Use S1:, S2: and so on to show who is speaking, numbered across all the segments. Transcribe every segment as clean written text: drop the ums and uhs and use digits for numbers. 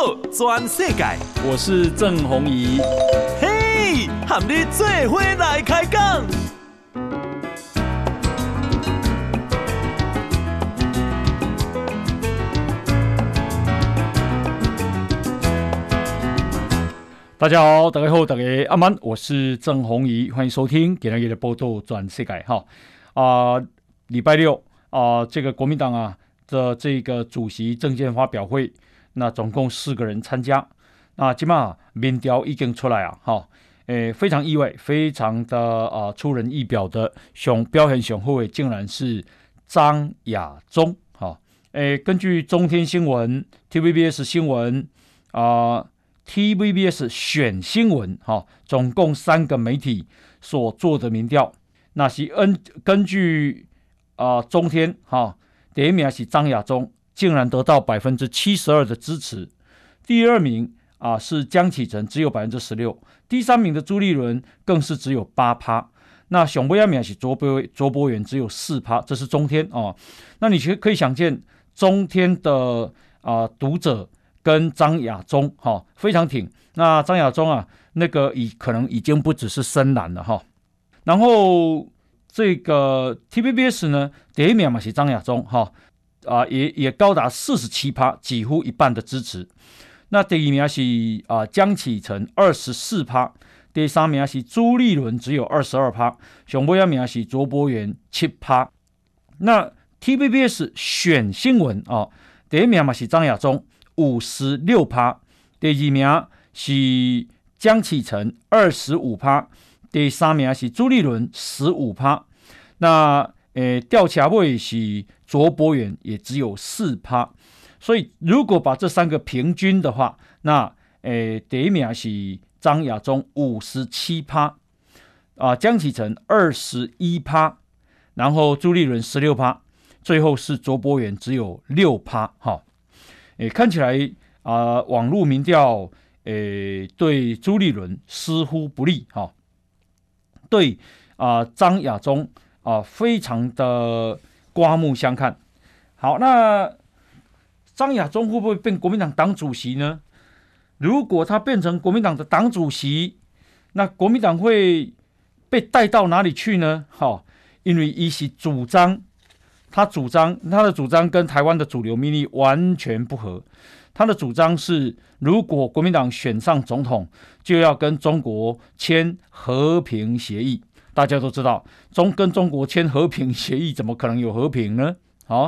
S1: 道全世界。
S2: 我是郑弘仪。
S1: 嘿，和你做伙来开讲。
S2: 大家好，大家好，大家阿曼，我是郑弘仪，欢迎收听今天的报道全世界哈。礼拜六这个国民党的这个主席政见发表会，那总共4个人参加。那今嘛民调已经出来非常意外，非常的出人意表的，表现上好的竟然是张亚中根据中天新闻、TVBS 新闻TVBS 选新闻总共3个媒体所做的民调，那是根据中天第一名是张亚中，竟然得到 72% 的支持，第二名是江启臣，只有 16%， 第3名的朱立伦更是只有 8%， 那上尾名是卓博源，只有 4%， 这是中天那你可以想见中天的读者跟张亚中非常挺。那张亚中那个可能已经不只是深蓝了然后这个 TVBS 呢，第一名是张亚中也高达 47%， 几乎一半的支持。那第二名是江启臣 24%， 第3名是朱立伦只有 22%， 上尾名是卓博源 7%。 那 TVBS 选新闻第一名是张亚中 56%， 第2名是江启臣 25%， 第3名是朱立伦 15%， 那吊车尾是卓博源也只有 4%， 所以如果把这3个平均的话，那第一名是张亚中 57%， 江启臣 21%， 然后朱立伦 16%， 最后是卓博源只有 6%看起来网络民调对朱立伦似乎不利对张亚中非常的刮目相看。好，那张亚中会不会变国民党党主席呢？如果他变成国民党的党主席，那国民党会被带到哪里去呢？因为他是他的主张跟台湾的主流民意完全不合。他的主张是，如果国民党选上总统，就要跟中国签和平协议。大家都知道，跟中国签和平协议，怎么可能有和平呢？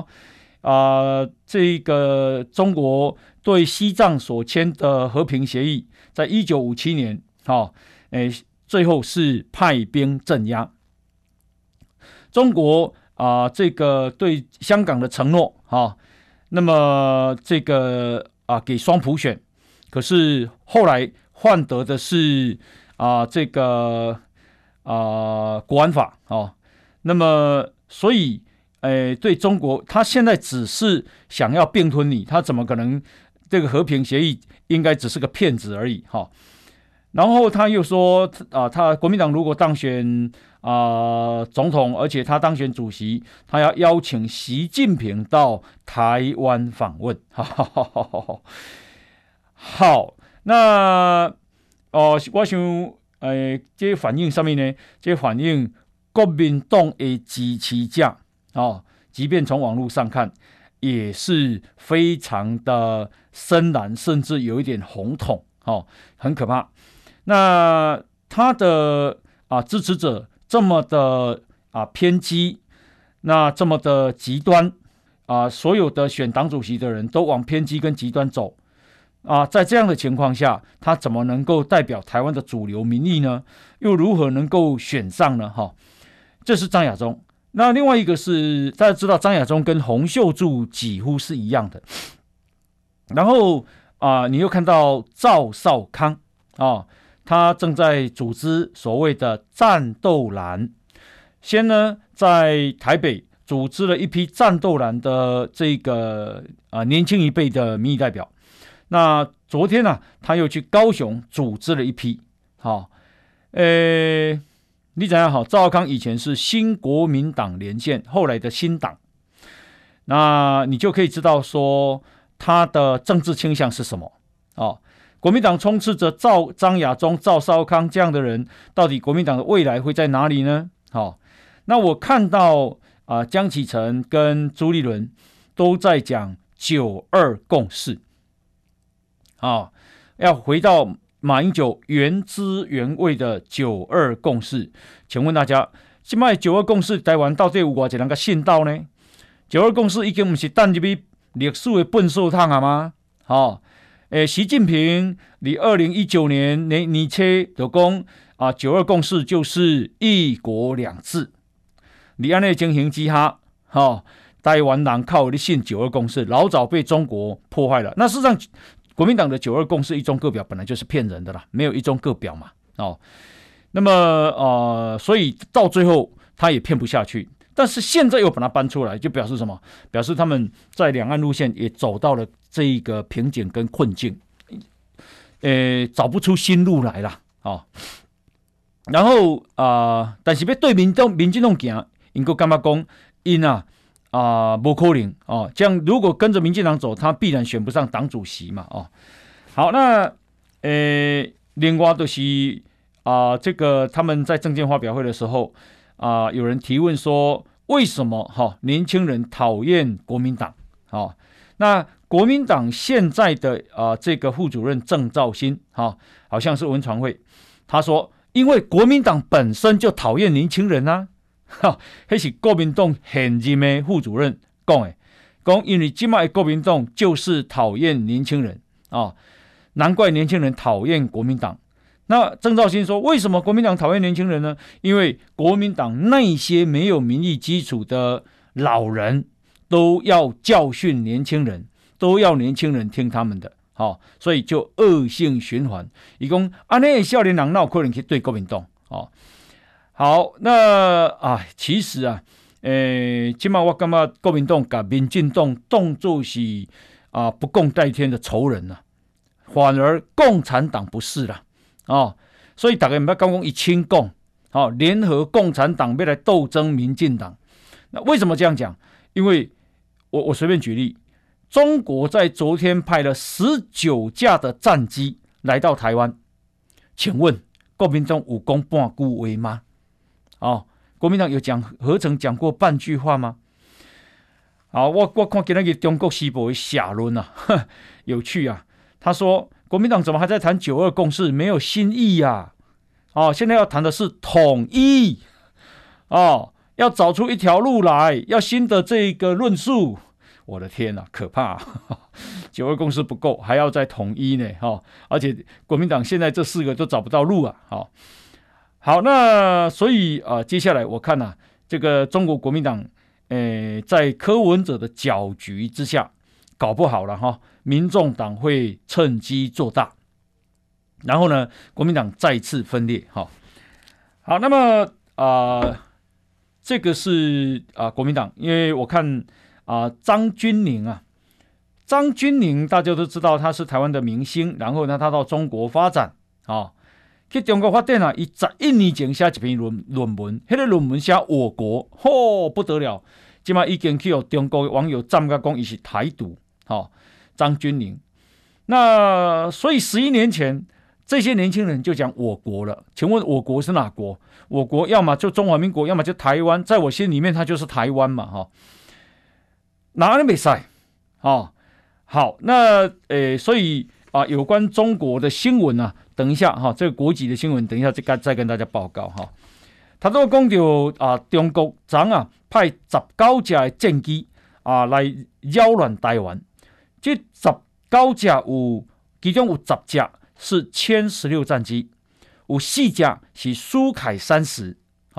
S2: 这个中国对西藏所签的和平协议，在1957年，最后是派兵镇压。中国这个对香港的承诺那么这个给双普选，可是后来换得的是这个国安法那么所以对中国，他现在只是想要并吞你，他怎么可能这个和平协议应该只是个骗子而已然后他又说他国民党如果当选总统，而且他当选主席，他要邀请习近平到台湾访问好，那我想这反映上面呢，这反映国民党的支持者即便从网络上看，也是非常的深蓝，甚至有一点红统很可怕。那他的支持者这么的偏激，那这么的极端所有的选党主席的人都往偏激跟极端走在这样的情况下，他怎么能够代表台湾的主流民意呢？又如何能够选上呢？这是张亚中。那另外一个是，大家知道张亚中跟洪秀柱几乎是一样的。然后你又看到赵少康他正在组织所谓的战斗蓝，先呢在台北组织了一批战斗蓝的这个年轻一辈的民意代表。那昨天他又去高雄组织了一批你知道赵少康以前是新国民党连线，后来的新党，那你就可以知道说他的政治倾向是什么哦。国民党充斥着张亚中、赵少康这样的人，到底国民党的未来会在哪里呢？好，那我看到江启臣跟朱立伦都在讲9·2共识，要回到马英九原汁原味的9·2共识。请问大家，现在9·2共识台湾到底有多少人信到呢？9·2共识已经不是等入去历史的粪扫桶了吗？习近平在2019年年初就说9·2共识就是一国两制。在这样的情形之下，台湾人靠你信9·2共识，老早被中国破坏了。那事实上，国民党的9·2共识一中各表本来就是骗人的啦，没有一中各表嘛。那么所以到最后他也骗不下去。但是现在又把它搬出来，就表示什么？表示他们在两岸路线也走到了这一个瓶颈跟困境，找不出新路来了然后但是要对民进党行，因个干嘛讲因不可能这样如果跟着民进党走，他必然选不上党主席嘛好，那另外就是这个他们在政见发表会的时候。有人提问说，为什么年轻人讨厌国民党？那国民党现在的这个副主任郑肇兴好像是文传会，他说，因为国民党本身就讨厌年轻人啊，那是国民党现任的副主任讲的，讲因为现在的国民党就是讨厌年轻人难怪年轻人讨厌国民党。那郑肇兴说，为什么国民党讨厌年轻人呢？因为国民党那些没有民意基础的老人都要教训年轻人，都要年轻人听他们的所以就恶性循环。他说这样的少年人哪有可能去对国民党好，那其实现在我感觉国民党把民进党当作是不共戴天的仇人反而共产党不是啦所以大家不要讲一清共联合共产党要来斗争民进党。那为什么这样讲？因为我随便举例，中国在昨天派了19架的战机来到台湾，请问国民党有讲半句话吗？国民党有何曾讲过半句话吗？好，我看今天中国时报的社论有趣他说国民党怎么还在谈9·2共识，没有新意现在要谈的是统一要找出一条路来，要新的这个论述。我的天可怕9·2共识不够，还要再统一呢而且国民党现在这4个都找不到路好，那所以接下来我看这个中国国民党在柯文哲的搅局之下，搞不好了民众党会趁机做大，然后呢，国民党再次分裂好，那么这个是国民党，因为我看张钧甯大家都知道他是台湾的明星，然后呢他到中国发展去中国发展他11年前写一篇论文，那个论文写我国不得了，现在已经去有中国网友赞他说他是台独张钧甯。那所以11年前这些年轻人就讲我国了，请问我国是哪国？我国要么就中华民国，要么就台湾，在我心里面它就是台湾嘛哪里没赛好，那所以有关中国的新闻等一下这个国际的新闻等一下再跟大家报告他都讲到中国昨派19架的战机来扰乱台湾，这19架其中有10架是歼16战机，有4架是苏凯30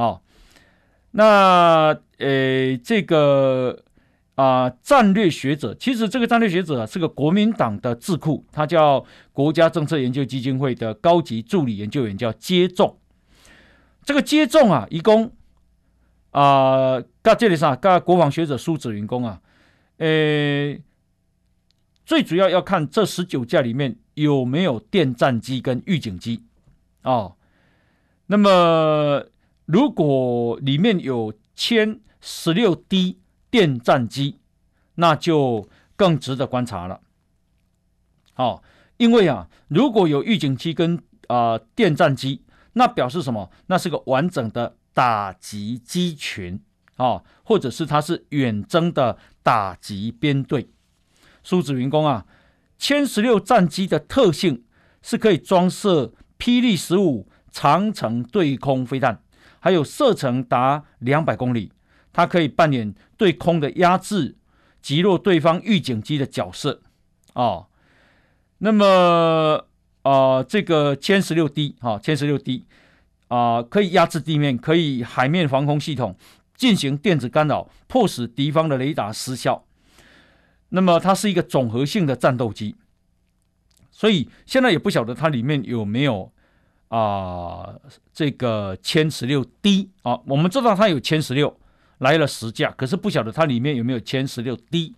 S2: 那这个战略学者，其实这个战略学者是个国民党的智库，他叫国家政策研究基金会的高级助理研究员，叫接种。这个接种他说这里跟国防学者苏子云说最主要要看这19架里面有没有电战机跟预警机那么如果里面有歼16D 电战机，那就更值得观察了因为啊，如果有预警机跟电战机，那表示什么？那是个完整的打击机群或者是它是远征的打击编队。苏子云说啊，歼16战机的特性是可以装设霹雳15长程对空飞弹，还有射程达200公里，它可以扮演对空的压制、击落对方预警机的角色那么这个歼 16D 歼 16D 可以压制地面，可以海面防空系统进行电子干扰，迫使敌方的雷达失效。那么它是一个总合性的战斗机，所以现在也不晓得它里面有没有这个歼 16D 我们知道它有歼16来了10架，可是不晓得它里面有没有歼 16D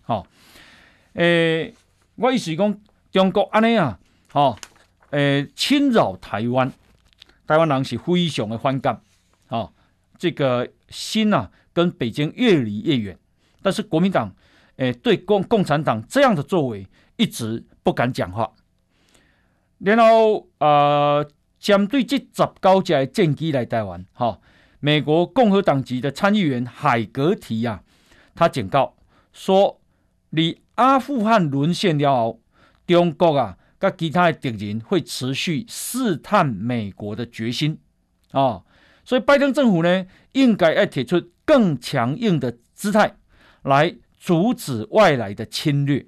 S2: 我意思说中国这样侵扰台湾，台湾人是非常的反感这个心跟北京越离越远，但是国民党对共产党这样的作为一直不敢讲话。然后针对这19架战机来台湾美国共和党籍的参议员海格提他警告说，离阿富汗沦陷了后，中国跟其他的敌人会持续试探美国的决心所以拜登政府呢，应该要提出更强硬的姿态来阻止外来的侵略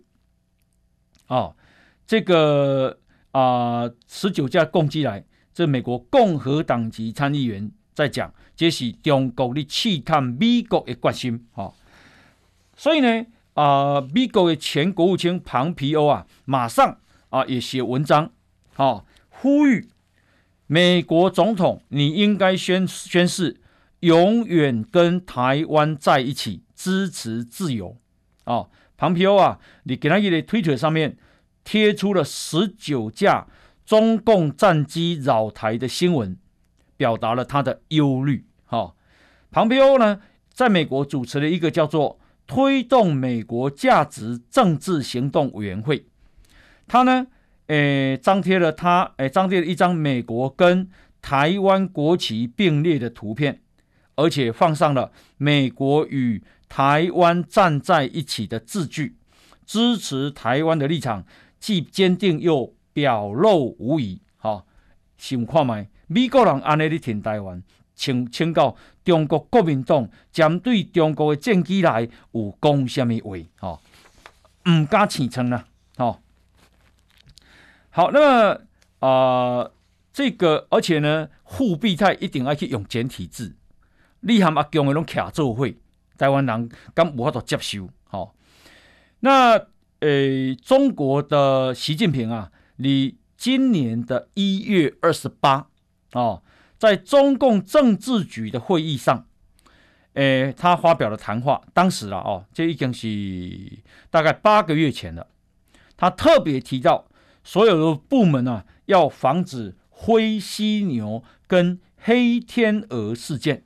S2: 这个19架攻击来，这美国共和党籍参议员在讲，这是中国的试探美国的决心所以呢美国的前国务卿庞皮欧马上也写文章呼吁美国总统你应该宣誓永远跟台湾在一起，支持自由庞皮欧你给他一个 Twitter 上面贴出了19架中共战机扰台的新闻，表达了他的忧虑庞皮欧呢，在美国主持了一个叫做推动美国价值政治行动委员会，他呢张贴了一张美国跟台湾国旗并列的图片，而且放上了美国与台湾站在一起的字句，支持台湾的立场既坚定又表露无遗想看看美国人这样挺台湾，请教中国国民党针对中国的战机来有讲什么话不敢起称了好，那么这个而且呢，复必泰一定要去用简体字，你和阿强的拢徛做伙，台湾人敢无法度接受那中国的习近平你今年的1月28在中共政治局的会议上他发表了谈话，当时这已经是大概8个月前了，他特别提到所有的部门要防止灰犀牛跟黑天鹅事件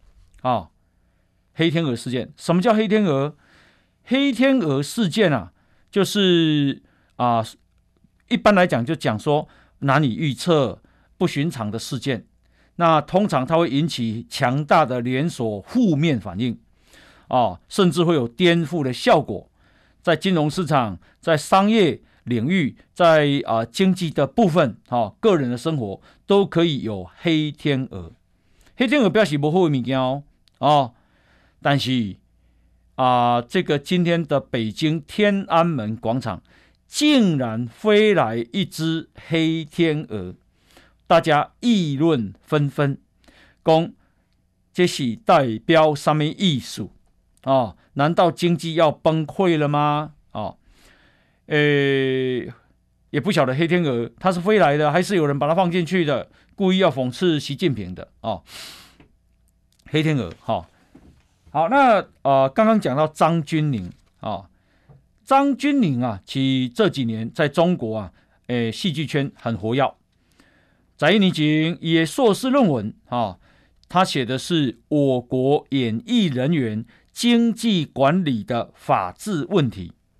S2: 黑天鹅事件，什么叫黑天鹅？黑天鹅事件就是一般来讲就讲说难以预测不寻常的事件，那通常它会引起强大的连锁负面反应甚至会有颠覆的效果，在金融市场，在商业领域，在经济的部分个人的生活都可以有黑天鹅。黑天鹅表示不好的东西但是这个今天的北京天安门广场竟然飞来一只黑天鹅，大家议论纷纷，说这是代表什么意思难道经济要崩溃了吗也不晓得黑天鹅它是飞来的，还是有人把它放进去的，故意要讽刺习近平的黑天鹅好，那刚刚讲到张钧甯张钧甯其实这几年在中国戏剧圈很活跃。在1年前也硕士论文他写的是我国演艺人员经济管理的法治问题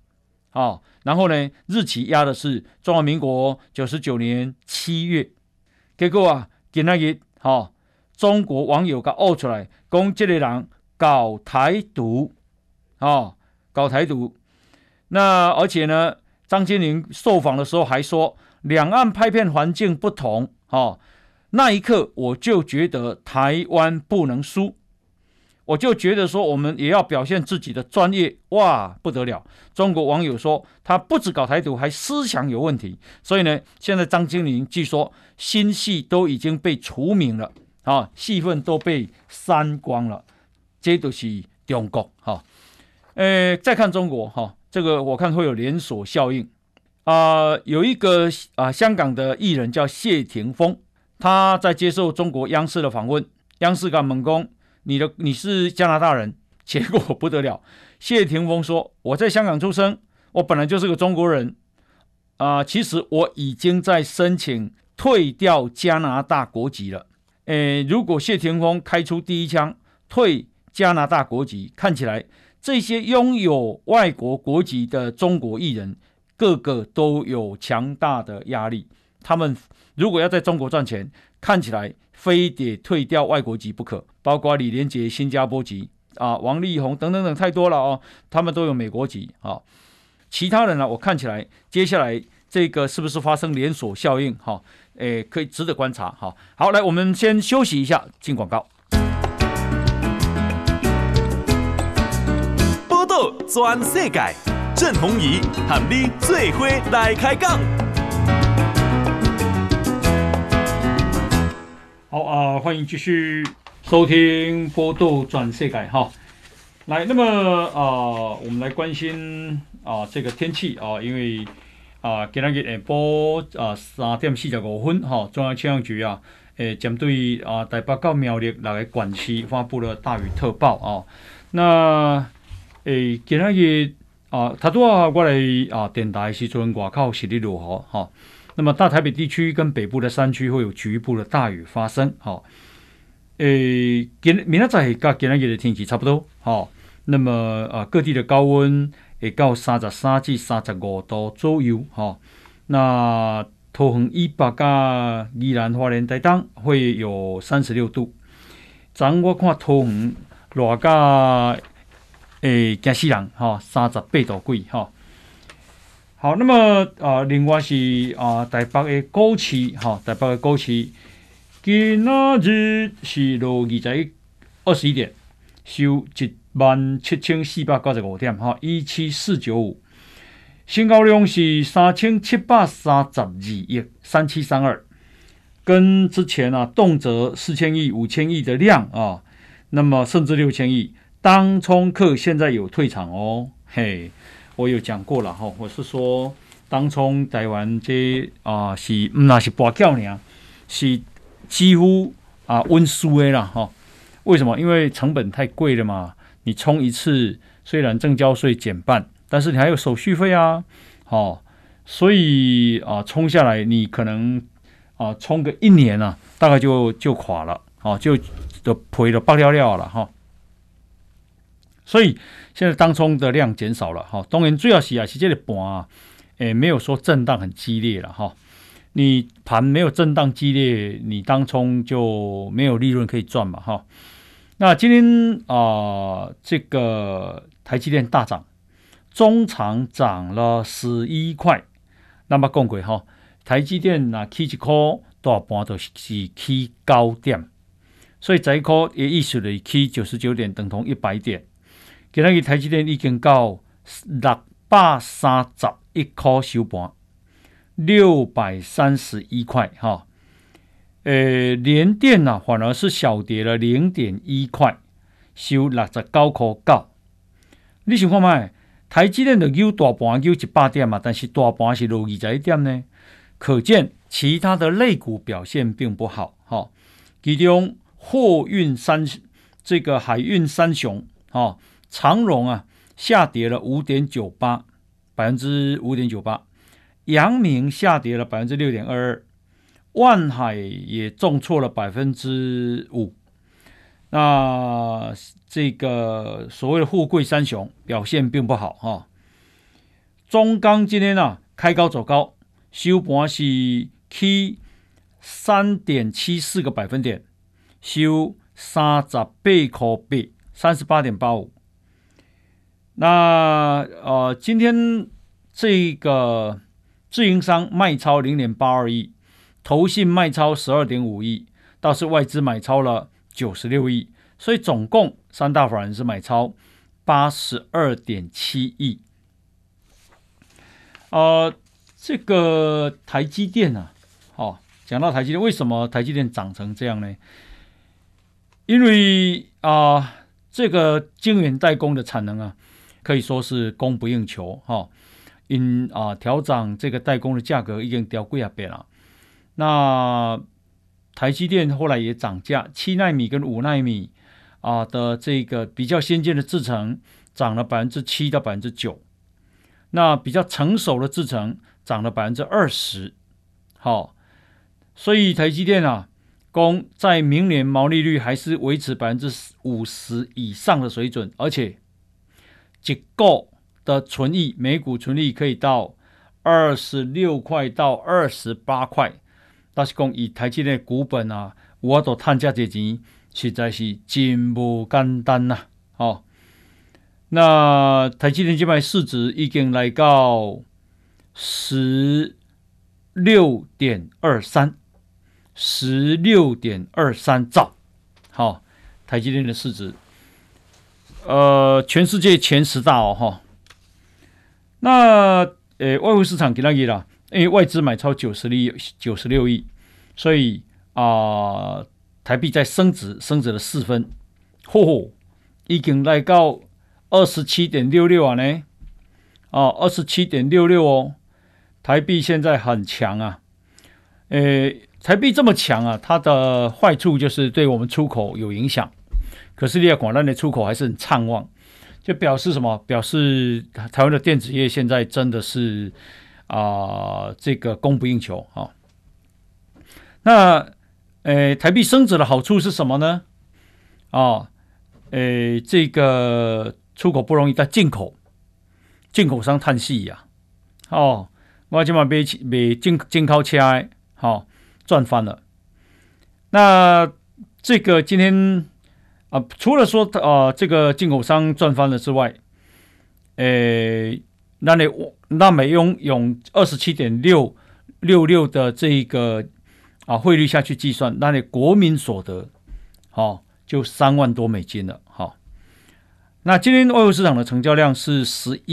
S2: 然后呢，日期压的是中华民国99年7月，结果啊，今仔日中国网友给挖出来，讲这个人搞台独，搞台独。那而且呢，张金陵受访的时候还说，两岸拍片环境不同，那一刻我就觉得台湾不能输。我就觉得说，我们也要表现自己的专业，哇，不得了！中国网友说，他不止搞台独，还思想有问题。所以呢，现在张金陵据说新戏都已经被除名了，戏份都被删光了。这就是中国，再看中国，这个我看会有连锁效应。有一个香港的艺人叫谢霆锋，他在接受中国央视的访问，央视跟问说，你是加拿大人，结果不得了。谢霆锋说，我在香港出生，我本来就是个中国人，其实我已经在申请退掉加拿大国籍了。如果谢霆锋开出第一枪退加拿大国籍，看起来这些拥有外国国籍的中国艺人个个都有强大的压力，他们如果要在中国赚钱，看起来非得退掉外国籍不可，包括李连杰新加坡籍王力宏等等等，太多了他们都有美国籍其他人呢，我看起来接下来这个是不是发生连锁效应可以值得观察好，来我们先休息一下，进广告。
S1: 报道全世界，郑鸿仪和你做伙来开讲。
S2: 好欢迎继续收听波豆转世界来，那么我们来关心这个天气因为今天下晡3點45分中央气象局针对台北到苗栗6個縣市發布了大雨特報那今天日他都我來電台時陣外口是在落雨那麼大台北地區跟北部的山區會有局部的大雨發生明仔載跟今天日的天氣差不多那麼各地的高溫會到33至35度左右那桃園以北加宜蘭花蓮台東會有36度。昨天我看桃園熱到驚死人38度幾好，那麼另外是台北的股市今仔日是落21點，收17495點17495，成交量是3732億3732，跟之前動輒4000億5000億的量那麼甚至6000億，當沖客現在有退場我有講過了我是說當沖台灣這是不那是跋筊呢，是幾乎溫輸的啦為什麼？因為成本太貴了嘛，你沖一次雖然證交稅減半，但是你還有手續費所以沖下來你可能沖個1年大概就垮了就賠了爆了了所以現在當沖的量減少了當然最好是這個盤沒有說震盪很激烈了你盤沒有震盪激烈，你當沖就沒有利潤可以賺嘛那今天這個台積電大漲，中長漲了11塊。那麼講過台積電起一塊大盤就是起9點，所以這一塊也意思是起99點等同100點。今天台積電已經到631塊收盤，631塊聯電反而是小跌了0.1塊，收69塊9。你想看嘛？台積電的牛大盤牛100點嘛，但是大盤是落21點呢，可見其他的類股表現並不好其中貨運這個海運三雄長榮下跌了5.98%，陽明下跌了6.22%，萬海也重挫了5%。那這個所謂的貨櫃三雄表現並不好中钢今天开高走高，收盘是起3.74个百分点，收38.8，38.85。那今天这个自营商卖超0.82亿，投信卖超12.5亿，倒是外资买超了96亿，所以总共三大法人是买超82.7亿。这个台积电讲到台积电，为什么台积电涨成这样呢？因为这个晶圆代工的产能可以说是供不应求因调涨这个代工的价格已经调几倍了。那台积电后来也涨价，7奈米跟5奈米的这个比较先进的制程涨了7%到9%，那比较成熟的制程涨了20%。所以台积电在明年毛利率还是维持50%以上的水准，而且一股的纯益，每股纯益可以到26块到28块。但是说以台积电的股本有法度赚这些钱，实在是真不简单那台积电现在市值已经来到16.23兆。台积电的市值全世界前10大那外汇市场给那个啦，因为外资买超96亿，所以台币在升值了4分，已经来到27.66呢，27.66台币现在很强台币这么强它的坏处就是对我们出口有影响，可是你要看咱的出口还是很畅旺，就表示什么？表示台湾的电子业现在真的是这个供不应求那台币升值的好处是什么呢？这个出口不容易，但进口商叹息我现在买进口车赚翻了。那这个今天除了说这个进口商赚翻了之外，那美用27.666的这个汇率下去计算，那你国民所得就3万多美金了那今天外汇市场的成交量是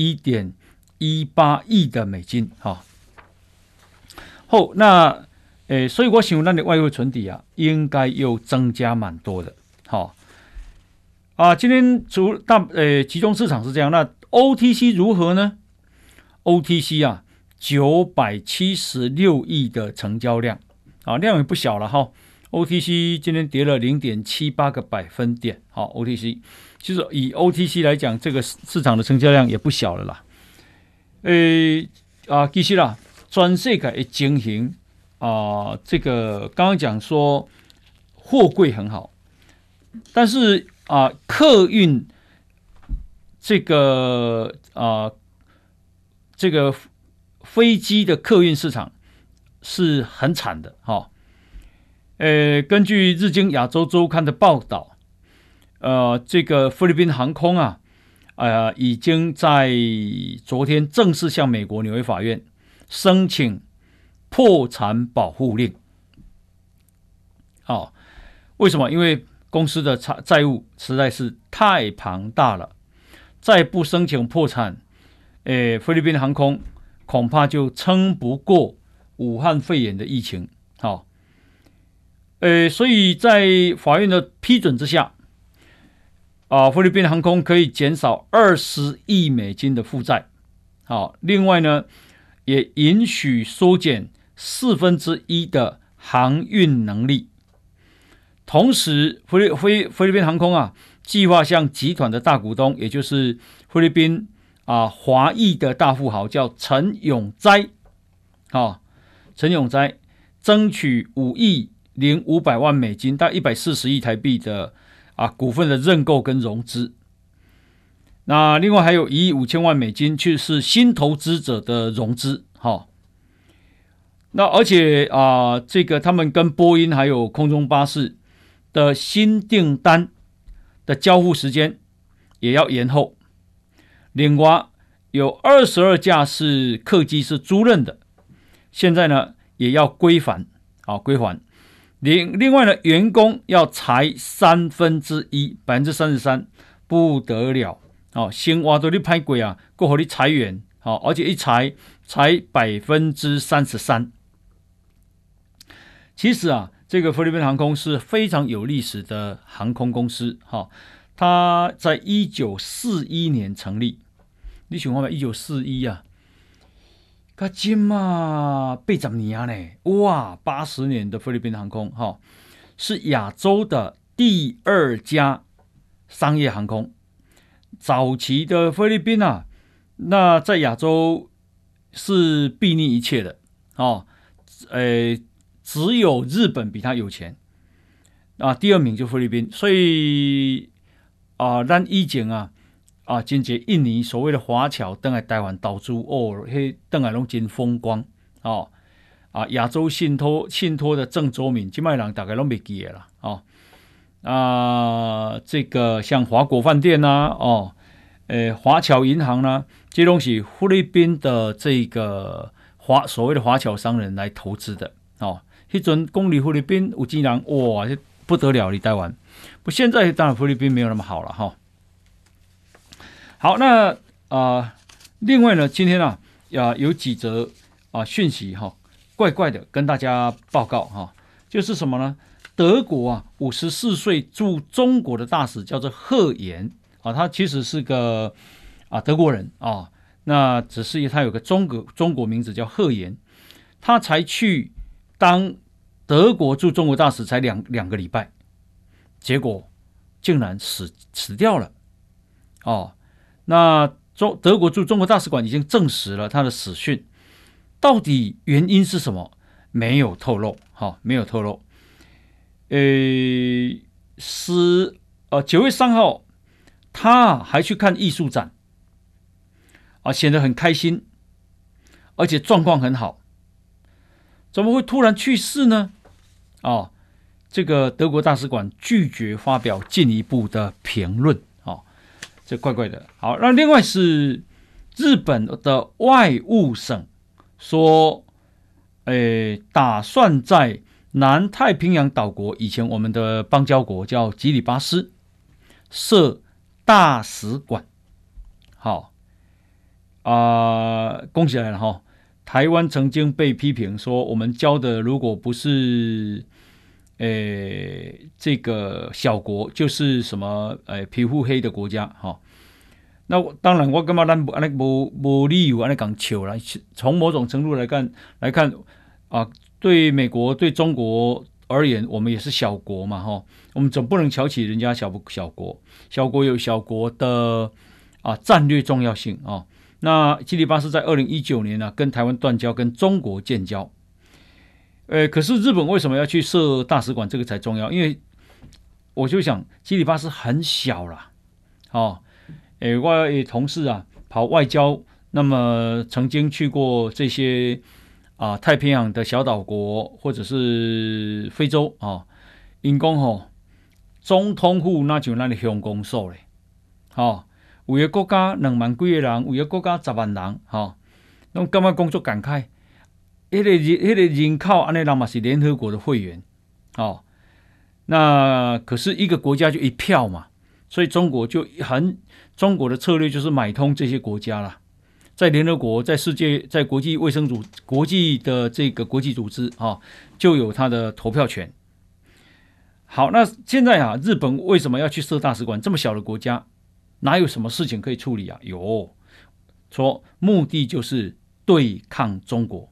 S2: 11.18亿的美金那所以我想咱的外汇存底应该又增加蛮多的今天集中市场是这样，那 OTC 如何呢？ OTC 976亿的成交量量也不小了OTC 今天跌了 0.78个百分点OTC 其实以 OTC 来讲，这个市场的成交量也不小了啦其实全世界的情形这个刚刚讲说货柜很好，但是客运这个飞机的客运市场是很惨的根据日经亚洲周刊的报道这个菲律宾航空已经在昨天正式向美国纽约法院申请破产保护令为什么？因为公司的债务实在是太庞大了，再不申请破产菲律宾航空恐怕就撑不过武汉肺炎的疫情所以在法院的批准之下菲律宾航空可以减少20亿美金的负债另外呢也允许缩减1/4的航运能力。同时菲律宾航空计划向集团的大股东，也就是菲律宾华裔的大富豪叫陈永斋争取5亿0500万美金，大概140亿台币的股份的认购跟融资。 那另外还有1亿5千万美金是新投资者的融资，那而且这个他们跟波音还有空中巴士的新订单的交付时间也要延后。另外有22架是客机是租赁的，现在呢也要归还。另外呢，员工要裁33%，不得了。生活都你歹过啊，还给你裁员，而且一裁33%。其实这个菲律宾航空是非常有历史的航空公司，它在1941年成立。你想看嘛？1941到现在80年呢，哇，80年的菲律宾航空，是亚洲的第2家商业航空。早期的菲律宾那在亚洲是睥睨一切的，只有日本比他有钱，第2名就菲律宾。所以咱以前真侪印尼所谓的华侨回来台湾投资迄回来拢真风光亚洲信托的郑州闽，现在人大概拢没记了这个像华国饭店华侨银行呢，这东西菲律宾的这个所谓的华侨商人来投资的迄阵讲菲律宾有钱人哇，不得了，你台湾。不，现在当然菲律宾没有那么好了好，那另外呢，今天有几则讯息怪怪的跟大家报告就是什么呢？德国54岁驻中国的大使叫做贺岩他其实是个德国人那只是他有个中国名字叫贺岩，他才去当德国驻中国大使才两个礼拜，结果竟然死掉了那德国驻中国大使馆已经证实了他的死讯，到底原因是什么？没有透露没有透露。9月3号他还去看艺术展显得很开心，而且状况很好。怎么会突然去世呢？这个德国大使馆拒绝发表进一步的评论这怪怪的。好，那另外是日本的外务省说打算在南太平洋岛国，以前我们的邦交国叫吉里巴斯，设大使馆。好恭喜来了台湾曾经被批评说，我们交的如果不是这个小国，就是什么皮肤黑的国家那当然我感觉咱没理由这样笑啦。从某种程度来看对美国对中国而言，我们也是小国嘛我们总不能瞧起人家小国，小国有小国的战略重要性那基里巴斯在2019年跟台湾断交，跟中国建交。可是日本为什么要去设大使馆？这个才重要，因为我就想基里巴斯很小啦我有同事跑外交，那么曾经去过这些太平洋的小岛国或者是非洲因讲总统府那就咱的乡公所咧有个国家2万几个人，有个国家10万人那感觉工作感慨，那个人口这样人嘛是联合国的会员那可是一个国家就一票嘛，所以中国中国的策略就是买通这些国家啦，在联合国、在世界、在国际卫生国际的这个国际组织就有它的投票权。好，那现在日本为什么要去设大使馆？这么小的国家，哪有什么事情可以处理有，说目的就是对抗中国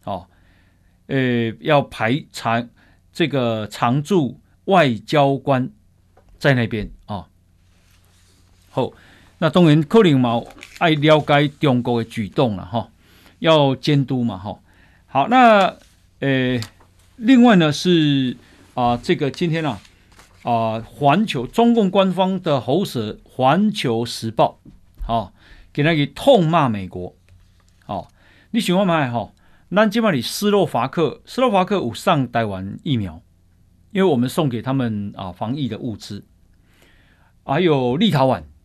S2: 要排这个常驻外交官在那边好，那当然可能嘛爱了解中国的举动了要监督嘛好，那另外呢是这个今天环球中共官方的喉舌《环球时报》 给他给痛骂美国。你想看卖咱今晚里斯洛伐克有上台湾疫苗，因为我们送给他们防疫的物资，还有立陶宛，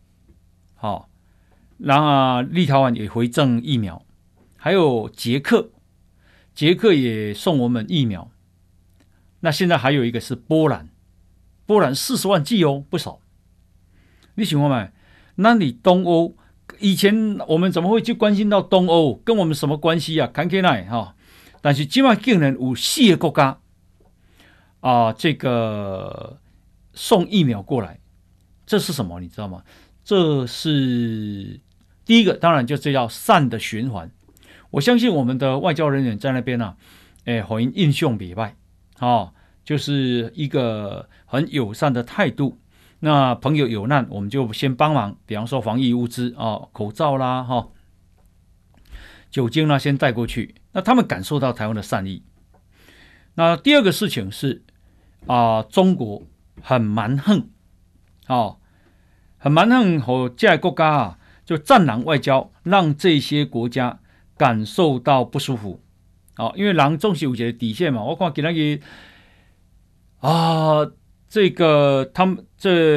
S2: 然后立陶宛也回赠疫苗，还有捷克也送我们疫苗。那现在还有一个是波兰40万剂不少。你想看卖，那你东欧？以前我们怎么会去关心到东欧？跟我们什么关系啊？看起来但是今晚竟然有4个国家这个送疫苗过来，这是什么？你知道吗？这是第一个，当然就这叫善的循环。我相信我们的外交人员在那边回应印象不错，就是一个很友善的态度。那朋友有难，我们就先帮忙，比方说防疫物资口罩啦，酒精啦，先带过去。那他们感受到台湾的善意。那第二个事情是中国很蛮横，很蛮横，和这些国家就战狼外交，让这些国家感受到不舒服。因为人总是有一个底线嘛。我看今天这个他们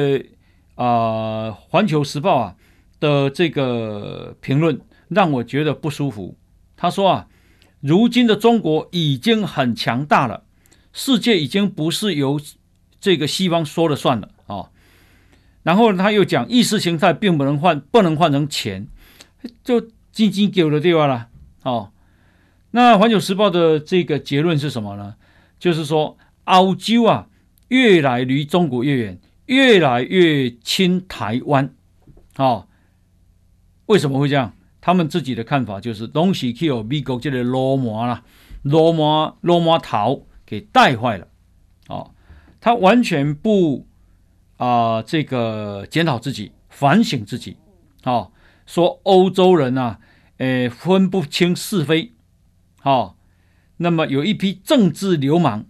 S2: 环球时报的这个评论让我觉得不舒服。他说如今的中国已经很强大了，世界已经不是由这个西方说了算了然后他又讲意识形态并不能换成钱，就斤斤给的地方了那环球时报的这个结论是什么呢？就是说澳洲越来离中国越远，越来越亲台湾为什么会这样？他们自己的看法就是东西去美国这个罗马头给带坏了他完全不这个检讨自己，反省自己说欧洲人分不清是非那么有一批政治流氓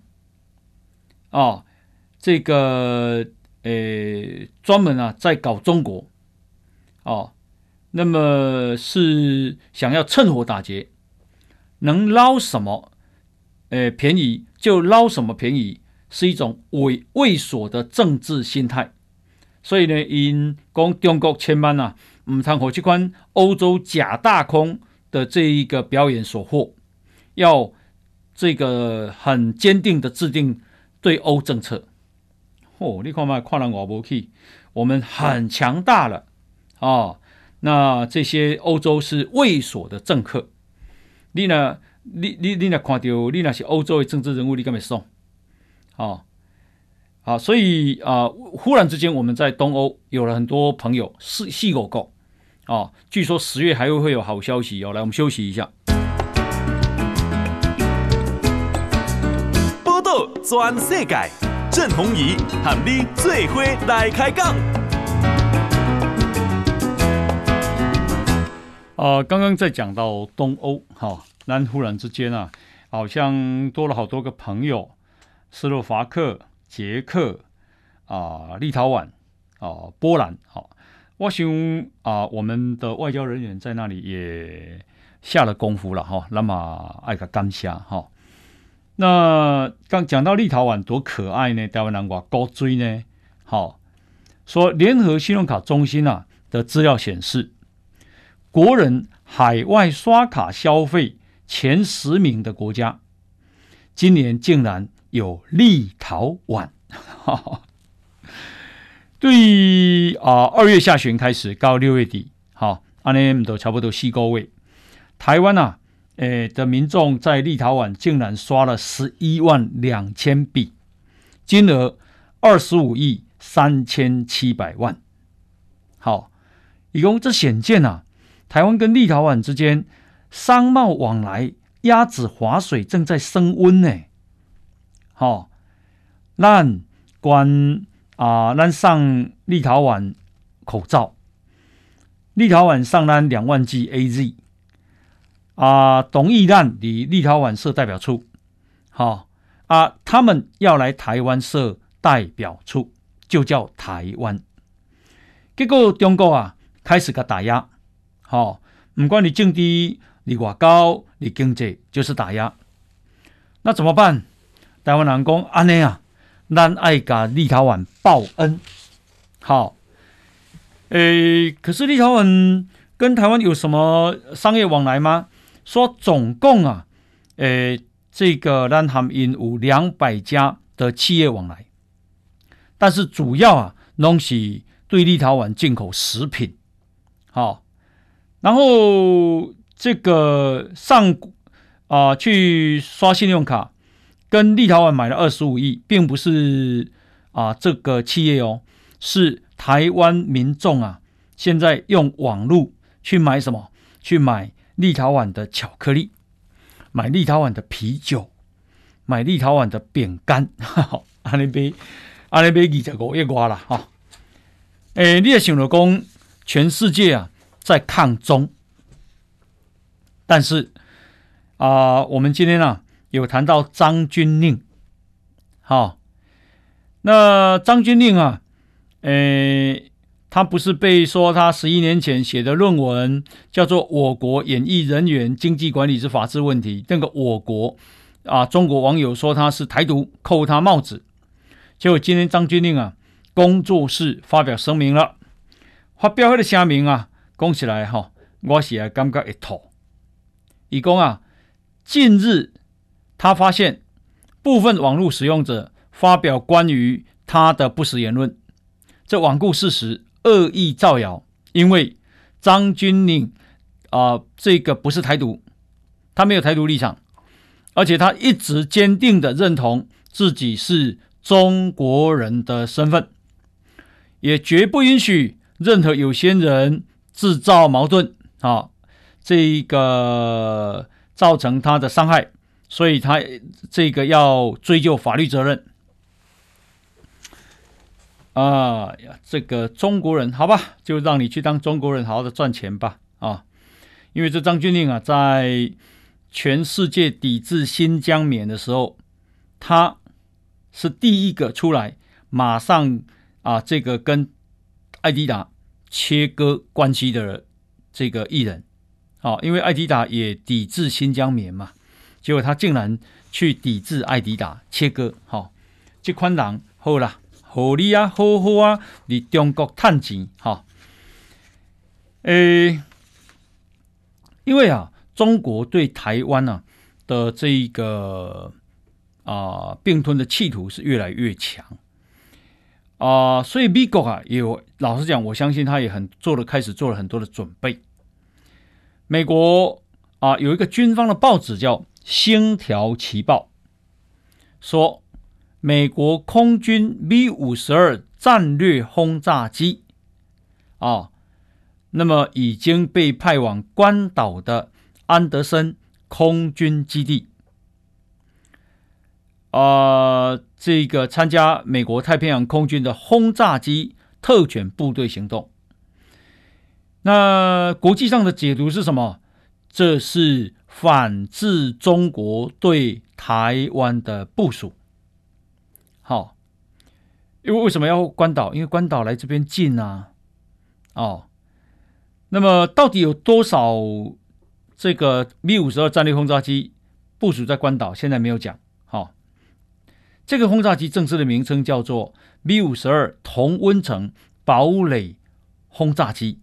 S2: 这个专门在搞中国那么是想要趁火打劫，能捞什么便宜就捞什么便宜，是一种猥琐的政治心态。所以呢，因讲中国千万不通给这款欧洲假大空的这一个表演所惑，要这个很坚定的制定对欧政策。你看嘛，看人我不去，我们很强大了那这些欧洲是猥琐的政客，你若看到你若是欧洲的政治人物，你敢会爽所以忽然之间我们在东欧有了很多朋友细狗狗据说10月还会有好消息来，我们休息一下。
S1: 报道全世界，郑鸿仪和你最伙来开讲。
S2: 刚刚在讲到东欧那忽然之间好像多了好多个朋友，斯洛伐克、捷克立陶宛波兰我想我们的外交人员在那里也下了功夫了那么爱个感谢那刚讲到立陶宛多可爱呢，台湾人多高追呢说联合信用卡中心的资料显示，国人海外刷卡消费前10名的国家，今年竟然有立陶宛对2月下旬开始到6月底这样都差不多4个月，台湾的民众在立陶宛竟然刷了11万2000笔，金额25亿3700万。以供这显见台湾跟立陶宛之间商贸往来鸭子划水正在升温呢。咱上立陶宛口罩，立陶宛上咱2万剂 AZ 同意咱离立陶宛设代表处他们要来台湾设代表处，就叫台湾。结果中国开始给打压。好，不管你政治、你外交、你经济，就是打压。那怎么办？台湾人讲安尼啊，咱爱甲立陶宛报恩。好，可是立陶宛跟台湾有什么商业往来吗？说总共啊，这个咱含因有200家的企业往来，但是主要啊，拢是对立陶宛进口食品。好，然后这个去刷信用卡。跟立陶宛买了25亿，并不是这个企业哦，是台湾民众啊，现在用网络去买什么？去买立陶宛的巧克力，买立陶宛的啤酒，买立陶宛的饼干，安尼买25亿外啦哈。你也想到讲，全世界啊在抗中，但是我们今天啊。有谈到张军令，好，那张军令啊，他不是被说他11年前写的论文叫做《我国演艺人员经济管理之法治问题》，那个我国中国网友说他是台独，扣他帽子。结果今天张军令啊，工作室发表声明了，发表那个声明啊，讲起来我是也感觉会吐。他说近日他发现部分网络使用者发表关于他的不实言论，这罔顾事实，恶意造谣。因为张军令这个不是台独，他没有台独立场，而且他一直坚定的认同自己是中国人的身份，也绝不允许任何有些人制造矛盾这个造成他的伤害。所以他这个要追究法律责任这个中国人好吧，就让你去当中国人，好好的赚钱吧因为这张军令啊，在全世界抵制新疆棉的时候，他是第一个出来马上这个跟艾迪达切割关系的这个艺人因为艾迪达也抵制新疆棉嘛。结果他竟然去抵制艾迪达切割，这款人好啦，好你好好你中国赚钱因为中国对台湾的这一个并吞的企图是越来越强所以美国也有，老实讲，我相信他也开始做了很多的准备。美国有一个军方的报纸叫星条旗报，说美国空军 B-52 战略轰炸机那么已经被派往关岛的安德森空军基地这个参加美国太平洋空军的轰炸机特权部队行动。那国际上的解读是什么？这是反制中国对台湾的部署。因为什么要关岛？因为关岛来这边近那么到底有多少这个 B-52 战略轰炸机部署在关岛？现在没有讲。这个轰炸机正式的名称叫做 B-52 同温层堡垒轰炸机。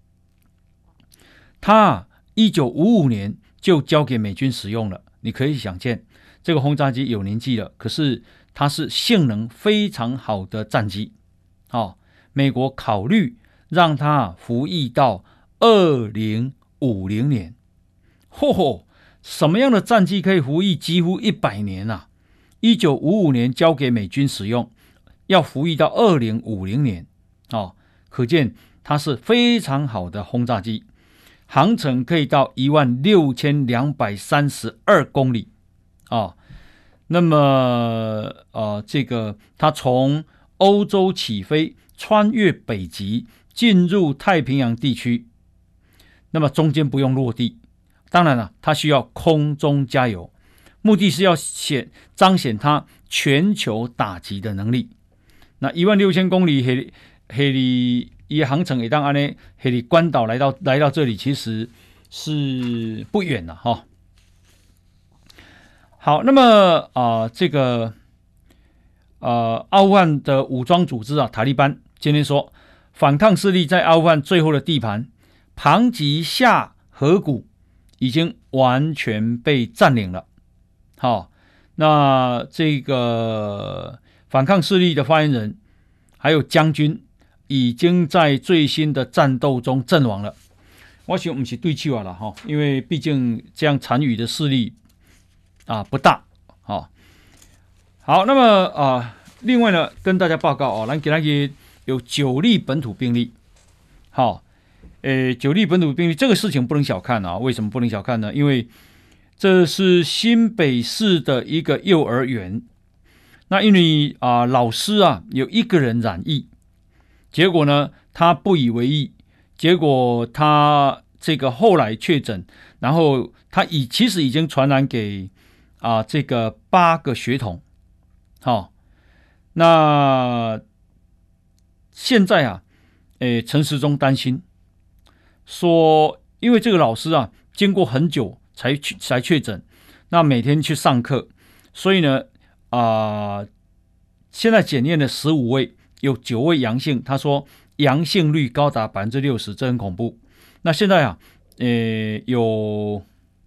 S2: 它1955年就交给美军使用了。你可以想见，这个轰炸机有年纪了，可是它是性能非常好的战机。美国考虑让它服役到2050年。什么样的战机可以服役几乎100年啊？1955年交给美军使用，要服役到2050年。可见它是非常好的轰炸机。航程可以到16232公里那么这个它从欧洲起飞，穿越北极，进入太平洋地区，那么中间不用落地。当然了，它需要空中加油，目的是要彰显它全球打击的能力。那16000公里也航程也当安呢，黑里关岛来到这里，其实是不远了哈。好，那么这个阿富汗的武装组织塔利班今天说，反抗势力在阿富汗最后的地盘庞吉夏河谷已经完全被占领了。好，那这个反抗势力的发言人还有将军已经在最新的战斗中阵亡了。我想不是对手了哈，因为毕竟这样残余的势力不大。好，那么另外呢，跟大家报告咱给他有9例本土病例。好，9例本土病例这个事情不能小看为什么不能小看呢？因为这是新北市的一个幼儿园，那因为老师有1个人染疫，结果呢他不以为意，结果他这个后来确诊，然后他其实已经传染给这个8个学童。好，那现在陈时中担心说，因为这个老师经过很久才确诊，那每天去上课，所以呢现在检验了15位，有9位阳性，他说阳性率高达 60%， 这很恐怖。那现在有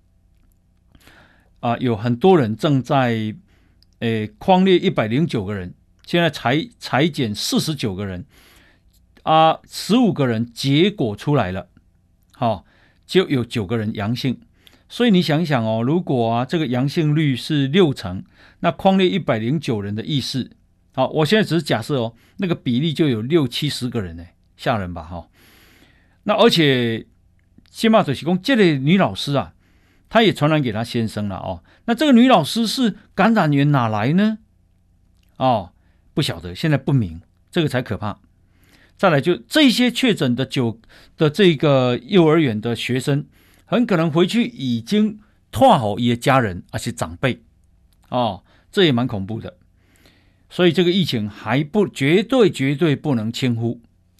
S2: 很多人正在匡列109个人，现在裁减49个人，15个人结果出来了，就有9个人阳性。所以你想一想如果这个阳性率是60%，那匡列109人的意思，我现在只是假设那个比例就有60-70个人吓人吧那而且现在就是说这类女老师她也传染给她先生了那这个女老师是感染源哪来呢？不晓得，现在不明，这个才可怕。再来就这些确诊的这个幼儿园的学生，很可能回去已经托好一些家人而且长辈这也蛮恐怖的。所以这个疫情还绝对不能轻忽。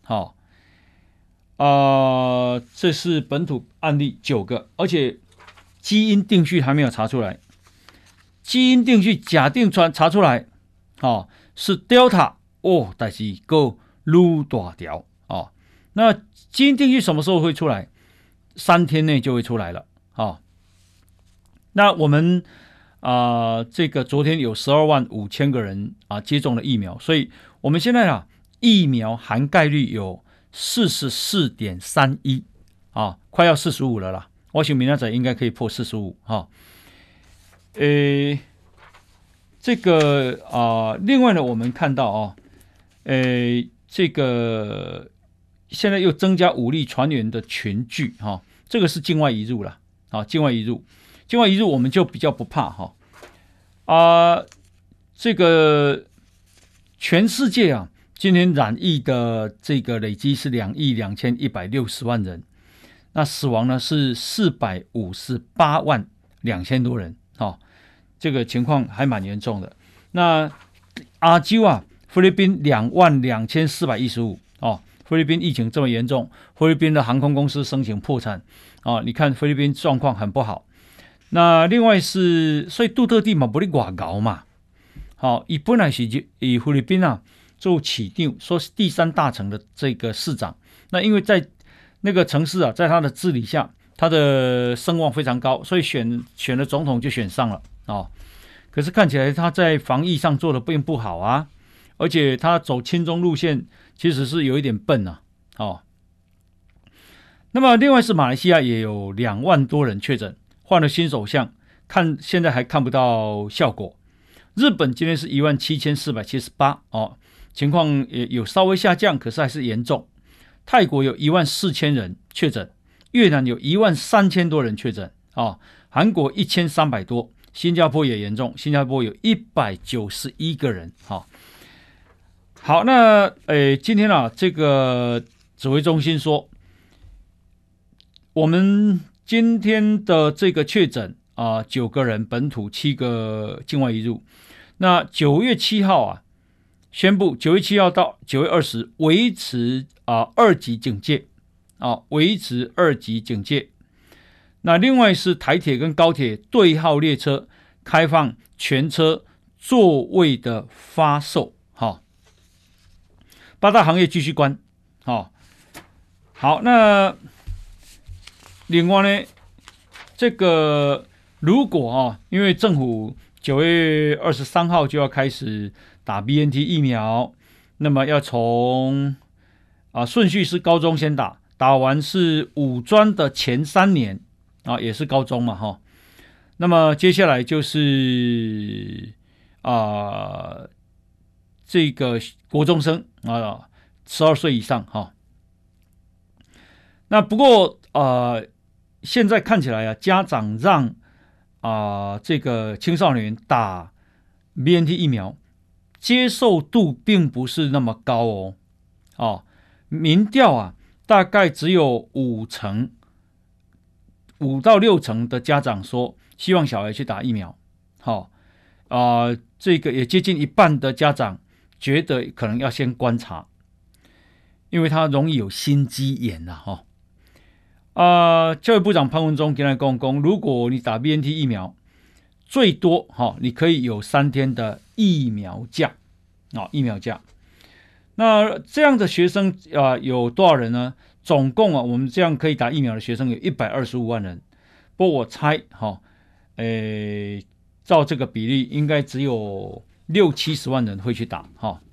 S2: 这是本土案例9个，而且基因定序还没有查出来。基因定序假定查出来是 Delta 但是够愈大条那基因定序什么时候会出来？3天内就会出来了那我们这个昨天有12万5千个人接种了疫苗，所以我们现在疫苗涵盖率有 44.31 快要45了啦。我想明天应该可以破45这个另外呢，我们看到这个现在又增加5例传染的群聚这个是境外移入了境外移入我们就比较不怕这个全世界今年染疫的这个累积是2亿2160万人，那死亡呢是458万2千多人这个情况还蛮严重的。那亚洲菲律宾22415菲律宾疫情这么严重，菲律宾的航空公司申请破产你看菲律宾状况很不好。那另外是，所以杜特地嘛不是外交嘛他本来是以菲律宾做起定，说是第3大城的这个市长，那因为在那个城市在他的治理下，他的声望非常高，所以选了总统就选上了可是看起来他在防疫上做的并不好而且他走亲中路线其实是有一点笨那么另外是马来西亚也有2万多人确诊，换了新首相，现在还看不到效果。日本今天是17478情况也有稍微下降，可是还是严重。泰国有14000人确诊，越南有13000多人确诊韩国1300多，新加坡也严重，新加坡有191个人好，那今天这个指挥中心说，我们今天的这个确诊9个人本土，7个境外移入。那9月7号宣布9月7号到9月20维持2级警戒维持2级警戒。那另外是台铁跟高铁对号列车开放全车座位的发售。八大行业继续关。好，那另外呢，这个如果因为政府9月23号就要开始打 BNT 疫苗，那么要从顺序是高中先打完是五专的前3年也是高中嘛那么接下来就是这个国中生12岁以上那不过现在看起来家长让这个青少年打 BNT 疫苗接受度并不是那么高民调大概只有5到6成的家长说希望小孩去打疫苗。这个也接近一半的家长觉得可能要先观察，因为他容易有心肌炎教育部长潘文忠跟他讲，如果你打 BNT 疫苗，最多你可以有3天的疫苗假那这样的学生有多少人呢？总共我们这样可以打疫苗的学生有125万人。不过我猜照这个比例应该只有60-70万人会去打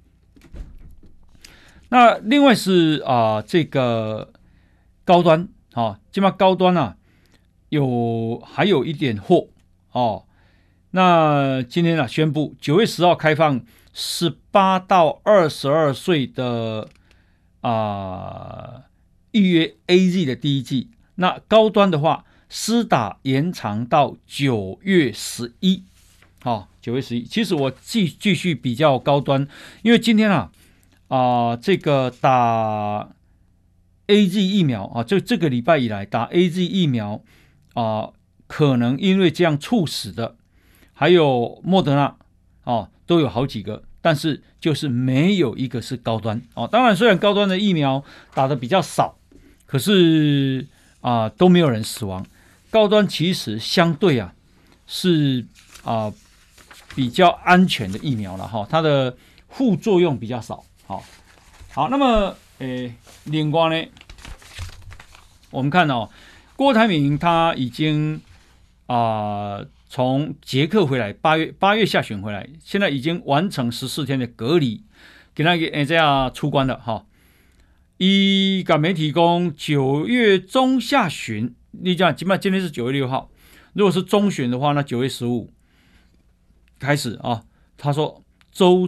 S2: 那另外是这个高端现在高端还有一点货那今天宣布9月10号开放18到22岁的预约 AZ 的第一剂。那高端的话施打延长到9月11。9月11。其实我继续比较高端，因为今天这个打 AZ 疫苗这个礼拜以来打 AZ 疫苗可能因为这样猝死的，还有莫德纳都有好几个，但是就是没有一个是高端当然，虽然高端的疫苗打的比较少，可是都没有人死亡。高端其实相对是比较安全的疫苗了它的副作用比较少。好，那么另外呢，我们看郭台铭他已经从捷克回来，8月下旬回来，现在已经完成14天的隔离，给他这样出关了他跟媒体说9月中下旬，你讲今天是9月6号，如果是中旬的话，那9月15开始他说周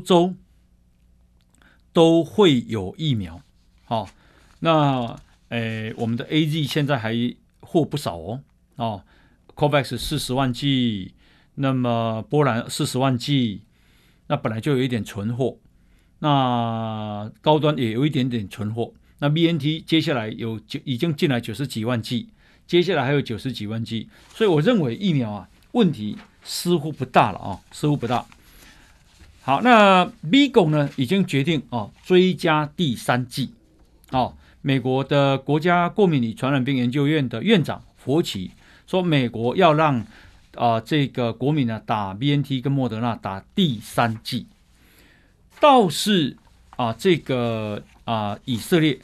S2: 都会有疫苗。那我们的 AZ 现在还货不少COVAX 40万剂，那么波兰40万剂，那本来就有一点存货，那高端也有一点点存货，那 BNT 接下来已经进来90几万剂，接下来还有90几万剂，所以我认为疫苗问题似乎不大了似乎不大。好，那 B 狗呢已经决定追加第3剂美国的国家过敏与传染病研究院的院长佛奇说，美国要让这个国民打 BNT 跟莫德纳打第3剂。倒是这个以色列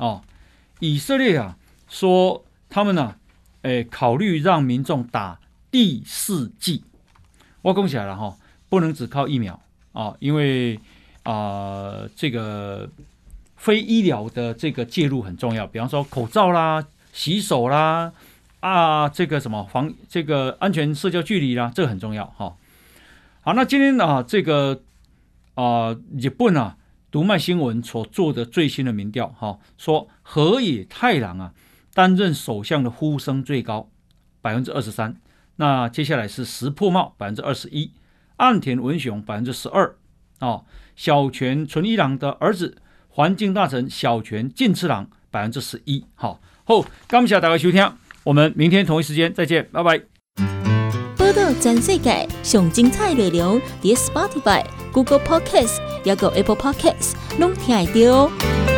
S2: 说他们考虑让民众打第4剂。我讲起来了不能只靠疫苗因为这个非医疗的这个介入很重要，比方说口罩啦、洗手啦这个什么这个安全社交距离啦，这个很重要好，那今天这个日本读卖新闻所做的最新的民调说河野太郎担任首相的呼声最高 23%， 那接下来是石破茂 21%， 岸田文雄 12%， 小泉纯一郎的儿子环境大臣小泉进次郎 11%。 好，感谢大家收听，我们明天同一时间再见，拜拜。
S3: 报道全世界上精彩内容，伫 Spotify、Google Podcast， 还有 Apple Podcast， 拢听得到。